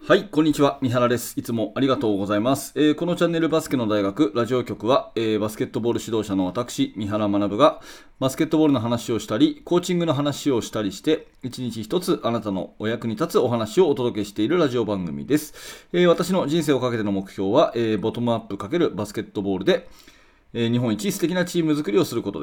はい、こんにちは。三原です。いつもありがとうございます。このチャンネルバスケの大学ラジオ局は、バスケットボール指導者の私、三原学がバスケットボールの話をしたり、コーチングの話をしたりして、一日一つあなたのお役に立つお話をお届けしているラジオ番組です。私の人生をかけての目標は、ボトムアップ×バスケットボールで、日本一素敵なチーム作りをすることです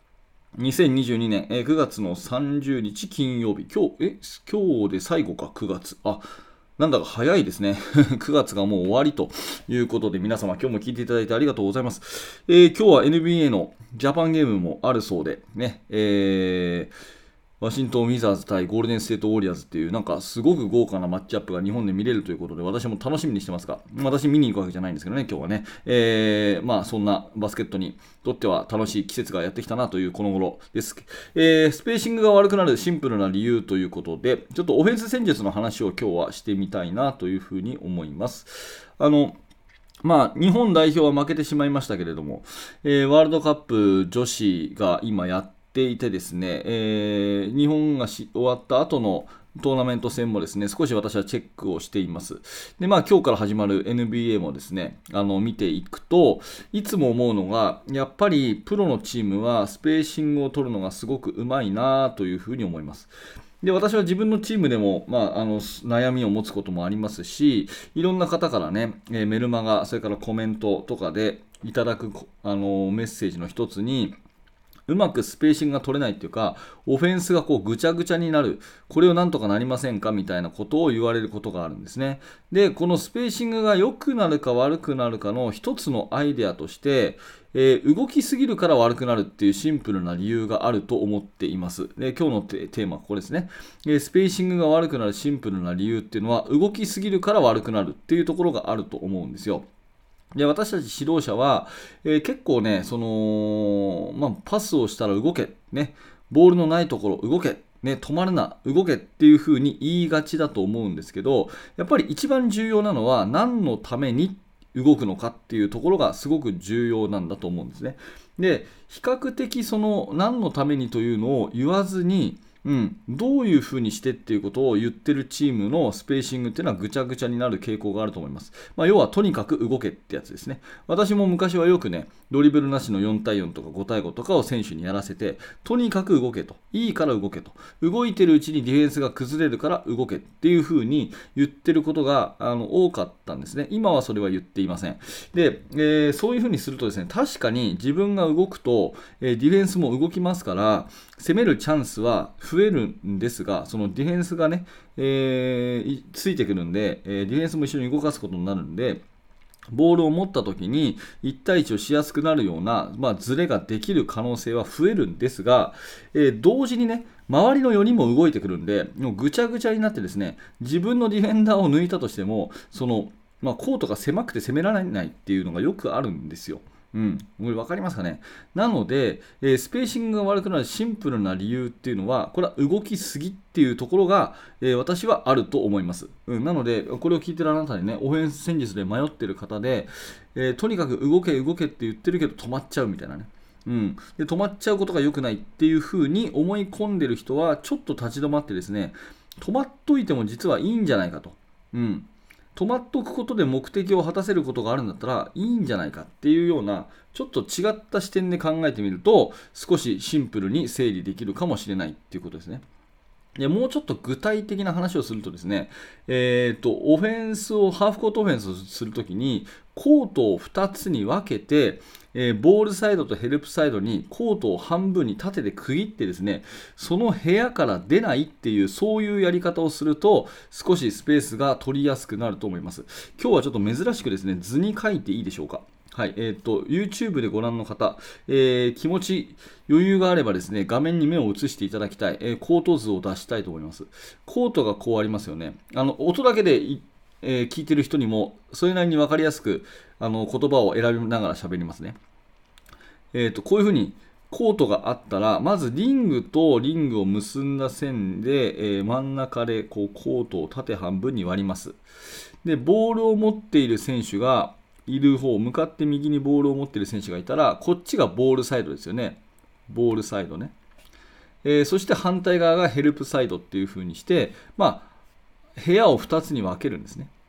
。2022年9月の30日金曜日、今日で最後か9月。なんだか早いですね。9月がもう終わりということで、皆様今日も聞いていただいてありがとうございます。今日は NBA のジャパンゲームもあるそうで、ね、ワシントン・ウィザーズ対ゴールデン・ステート・ウォリアーズっていうなんかすごく豪華なマッチアップが日本で見れるということで、私も楽しみにしてますが、私見に行くわけじゃないんですけどね、今日はね、そんなバスケットにとっては楽しい季節がやってきたなというこの頃です。スペーシングが悪くなるシンプルな理由ということで、ちょっとオフェンス戦術の話を今日はしてみたいなというふうに思います。日本代表は負けてしまいましたけれども、ワールドカップ女子が今やっていてですね、日本が終わった後のトーナメント戦もですね、少し私はチェックをしています。で、今日から始まる NBA もですね、見ていくと、いつも思うのが、やっぱりプロのチームはスペーシングを取るのがすごくうまいなというふうに思います。で、私は自分のチームでも、悩みを持つこともありますし、いろんな方からね、メルマガ、それからコメントとかでいただくメッセージの一つに、うまくスペーシングが取れないっていうか、オフェンスがこうぐちゃぐちゃになる、これをなんとかなりませんかみたいなことを言われることがあるんですね。で、このスペーシングが良くなるか悪くなるかの一つのアイデアとして、動きすぎるから悪くなるっていうシンプルな理由があると思っています。で、今日のテーマはここですね。スペーシングが悪くなるシンプルな理由っていうのは、動きすぎるから悪くなるっていうところがあると思うんですよ。で、私たち指導者は、結構ね、パスをしたら動け、ね、ボールのないところ動け、ね、止まるな、動けっていう風に言いがちだと思うんですけど、やっぱり一番重要なのは何のために動くのかっていうところがすごく重要なんだと思うんですね。で、比較的その何のためにというのを言わずに、どういうふうにしてっていうことを言ってるチームのスペーシングっていうのはぐちゃぐちゃになる傾向があると思います。要はとにかく動けってやつですね。私も昔はよくね、ドリブルなしの4対4とか5対5とかを選手にやらせて、とにかく動けと。いいから動けと。動いてるうちにディフェンスが崩れるから動けっていうふうに言ってることが多かったんですね。今はそれは言っていません。で、そういうふうにするとですね、確かに自分が動くと、ディフェンスも動きますから、攻めるチャンスは増えるんですが、そのディフェンスがね、ついてくるんで、ディフェンスも一緒に動かすことになるんで、ボールを持った時に1対1をしやすくなるような、ズレができる可能性は増えるんですが、同時にね、周りの4人も動いてくるんで、もうぐちゃぐちゃになってですね、自分のディフェンダーを抜いたとしても、コートが狭くて攻められないっていうのがよくあるんですよ。これ分かりますかね。なので、スペーシングが悪くなるシンプルな理由っていうのは、これは動きすぎっていうところが、私はあると思います。なので、これを聞いてるあなたにね、オフェンス戦術で迷ってる方で、とにかく動け動けって言ってるけど止まっちゃうみたいなね。で止まっちゃうことが良くないっていうふうに思い込んでる人は、ちょっと立ち止まってですね、止まっといても実はいいんじゃないかと。止まっとくことで目的を果たせることがあるんだったらいいんじゃないかっていうようなちょっと違った視点で考えてみると少しシンプルに整理できるかもしれないっていうことですね。でもうちょっと具体的な話をするとですね、オフェンスを、ハーフコートオフェンスをするときに、コートを2つに分けて、ボールサイドとヘルプサイドにコートを半分に縦で区切ってですね、その部屋から出ないっていう、そういうやり方をすると、少しスペースが取りやすくなると思います。今日はちょっと珍しくですね、図に書いていいでしょうか。はい、YouTube でご覧の方、気持ち、余裕があればですね、画面に目を移していただきたい、コート図を出したいと思います。コートがこうありますよね。音だけで聞いてる人にも、それなりに分かりやすく、言葉を選びながら喋りますね。こういうふうに、コートがあったら、まずリングとリングを結んだ線で、真ん中でこうコートを縦半分に割ります。で、ボールを持っている選手が、いる方、向かって右にボールを持っている選手がいたら、こっちがボールサイドですよね。ボールサイドね。そして反対側がヘルプサイドっていう風にして、部屋を2つに分けるんですね。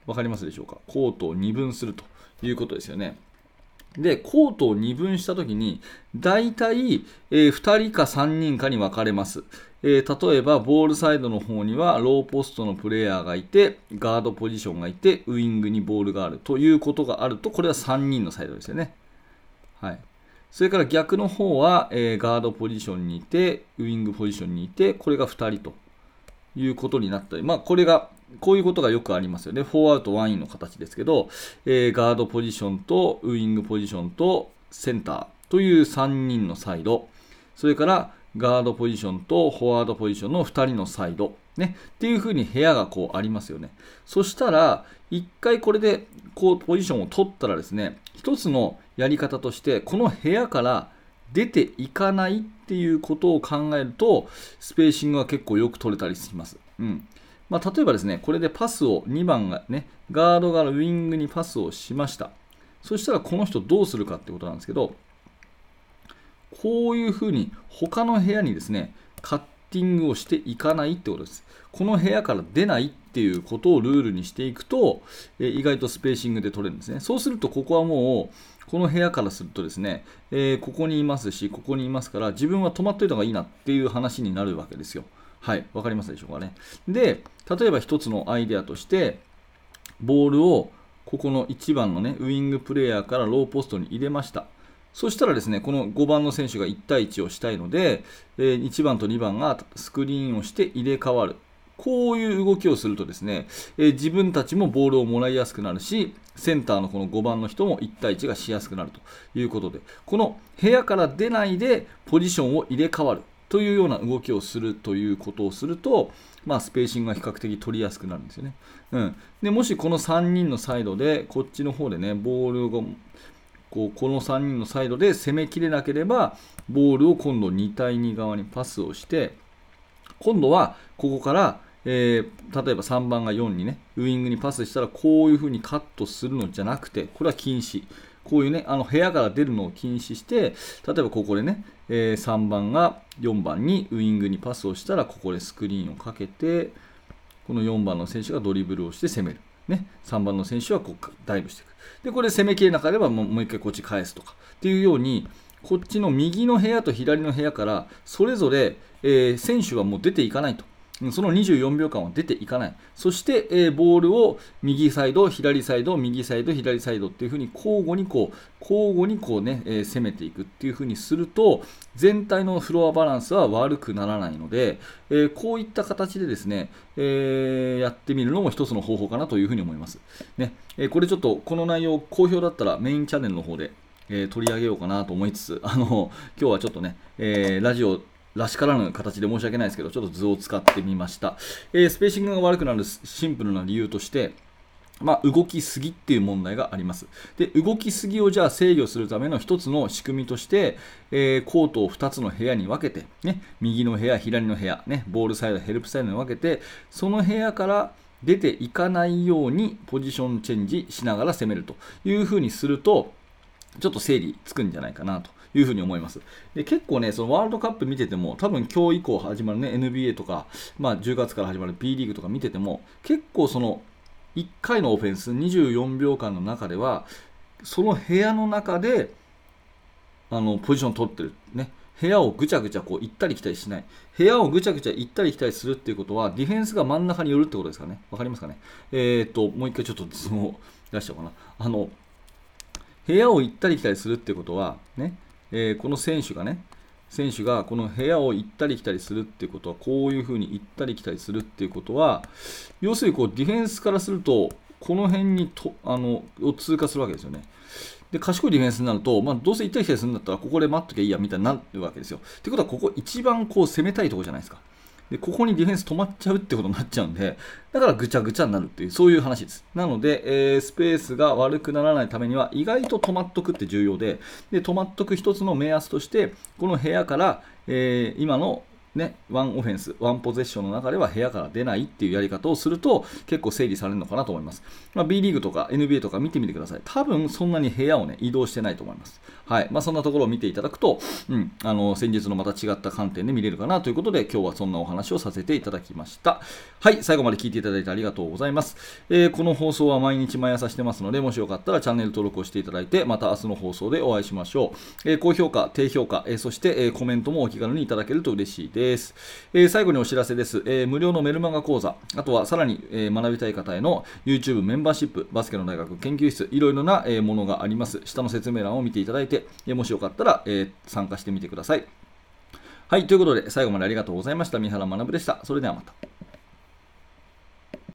わかりますでしょうか。コートを2分するということですよね。で、コートを2分したときに、だいたい2人か3人かに分かれます。例えば、ボールサイドの方にはローポストのプレイヤーがいて、ガードポジションがいて、ウイングにボールがあるということがあると、これは3人のサイドですよね。はい。それから逆の方は、ガードポジションにいて、ウイングポジションにいて、これが2人ということになったり、こういうことがよくありますよね。4アウト1インの形ですけど、ガードポジションとウイングポジションとセンターという3人のサイド、それからガードポジションとフォワードポジションの2人のサイド、ね、っていう風に部屋がありますよね。そしたら、1回これでポジションを取ったらですね、一つのやり方として、この部屋から出ていかないっていうことを考えると、スペーシングは結構よく取れたりします。例えばですね、これでパスを2番がね、ガードがウイングにパスをしました。そしたらこの人どうするかってことなんですけど、こういうふうに他の部屋にですね、カッティングをしていかないってことです。この部屋から出ないっていうことをルールにしていくと、意外とスペーシングで取れるんですね。そうすると、ここはもう、この部屋からするとですね、ここにいますし、ここにいますから、自分は止まっておいた方がいいなっていう話になるわけですよ。はい、わかりますでしょうかね。で、例えば一つのアイデアとして、ボールをここの1番のね、ウイングプレイヤーからローポストに入れました。そしたらですね、この5番の選手が1対1をしたいので、1番と2番がスクリーンをして入れ替わる。こういう動きをするとですね、自分たちもボールをもらいやすくなるし、センターのこの5番の人も1対1がしやすくなるということで、この部屋から出ないでポジションを入れ替わるというような動きをするということをすると、スペーシングが比較的取りやすくなるんですよね。でもしこの3人のサイドで、こっちの方でね、ボールをこの3人のサイドで攻めきれなければ、ボールを今度2対2側にパスをして、今度はここから、例えば3番が4にね、ウイングにパスしたらこういう風にカットするのじゃなくて、これは禁止。こういうね、部屋から出るのを禁止して、例えばここでね、3番が4番にウイングにパスをしたら、ここでスクリーンをかけて、この4番の選手がドリブルをして攻める。ね、3番の選手はダイブしていく。で、これ攻めきれなければもう一回こっち返すとかっていうように、こっちの右の部屋と左の部屋からそれぞれ、選手はもう出ていかないと。その24秒間は出ていかない。そして、ボールを右サイド、左サイド、右サイド、左サイドっていう風に交互に攻めていくっていう風にすると、全体のフロアバランスは悪くならないので、こういった形でですね、やってみるのも一つの方法かなという風に思います。ね、これちょっとこの内容好評だったらメインチャンネルの方で、取り上げようかなと思いつつ、今日はちょっとね、ラジオらしからぬ形で申し訳ないですけど、ちょっと図を使ってみました。スペーシングが悪くなるシンプルな理由として、動きすぎっていう問題があります。で、動きすぎをじゃあ制御するための一つの仕組みとして、コートを2つの部屋に分けて、ね、右の部屋、左の部屋、ね、ボールサイド、ヘルプサイドに分けて、その部屋から出ていかないようにポジションチェンジしながら攻めるというふうにすると、ちょっと整理つくんじゃないかなというふうに思います。で、結構ね、そのワールドカップ見てても、多分今日以降始まるね、NBA とか、10月から始まる B リーグとか見てても、結構その1回のオフェンス24秒間の中では、その部屋の中でポジションを取ってる。ね。部屋をぐちゃぐちゃ行ったり来たりしない。部屋をぐちゃぐちゃ行ったり来たりするっていうことは、ディフェンスが真ん中に寄るってことですかね。わかりますかね。もう一回ちょっと図を出しちゃおうかな。部屋を行ったり来たりするってことは、ね、この選手がこの部屋を行ったり来たりするってことは、こういうふうに行ったり来たりするっていうことは、要するにディフェンスからすると、この辺にを通過するわけですよね。で、賢いディフェンスになると、どうせ行ったり来たりするんだったら、ここで待っときゃいいやみたいになるわけですよ。ってことは、ここ一番攻めたいところじゃないですか。で、ここにディフェンス止まっちゃうってことになっちゃうんで、だからぐちゃぐちゃになるっていう、そういう話です。なので、スペースが悪くならないためには、意外と止まっとくって重要で、止まっとく一つの目安として、この部屋から、今のね、ワンオフェンス、ワンポゼッションの中では部屋から出ないっていうやり方をすると結構整理されるのかなと思います。B リーグとか NBA とか見てみてください。多分そんなに部屋をね、移動してないと思います。はい。そんなところを見ていただくと、先日のまた違った観点で見れるかなということで、今日はそんなお話をさせていただきました。はい。最後まで聞いていただいてありがとうございます。この放送は毎日毎朝してますので、もしよかったらチャンネル登録をしていただいて、また明日の放送でお会いしましょう。高評価、低評価、そして、コメントもお気軽にいただけると嬉しいです。最後にお知らせです。無料のメルマガ講座、あとはさらに、学びたい方への YouTube メンバーシップ、バスケの大学研究室、いろいろな、ものがあります。下の説明欄を見ていただいて、もしよかったら、参加してみてください。はい、ということで最後までありがとうございました。三原学でした。それではまた。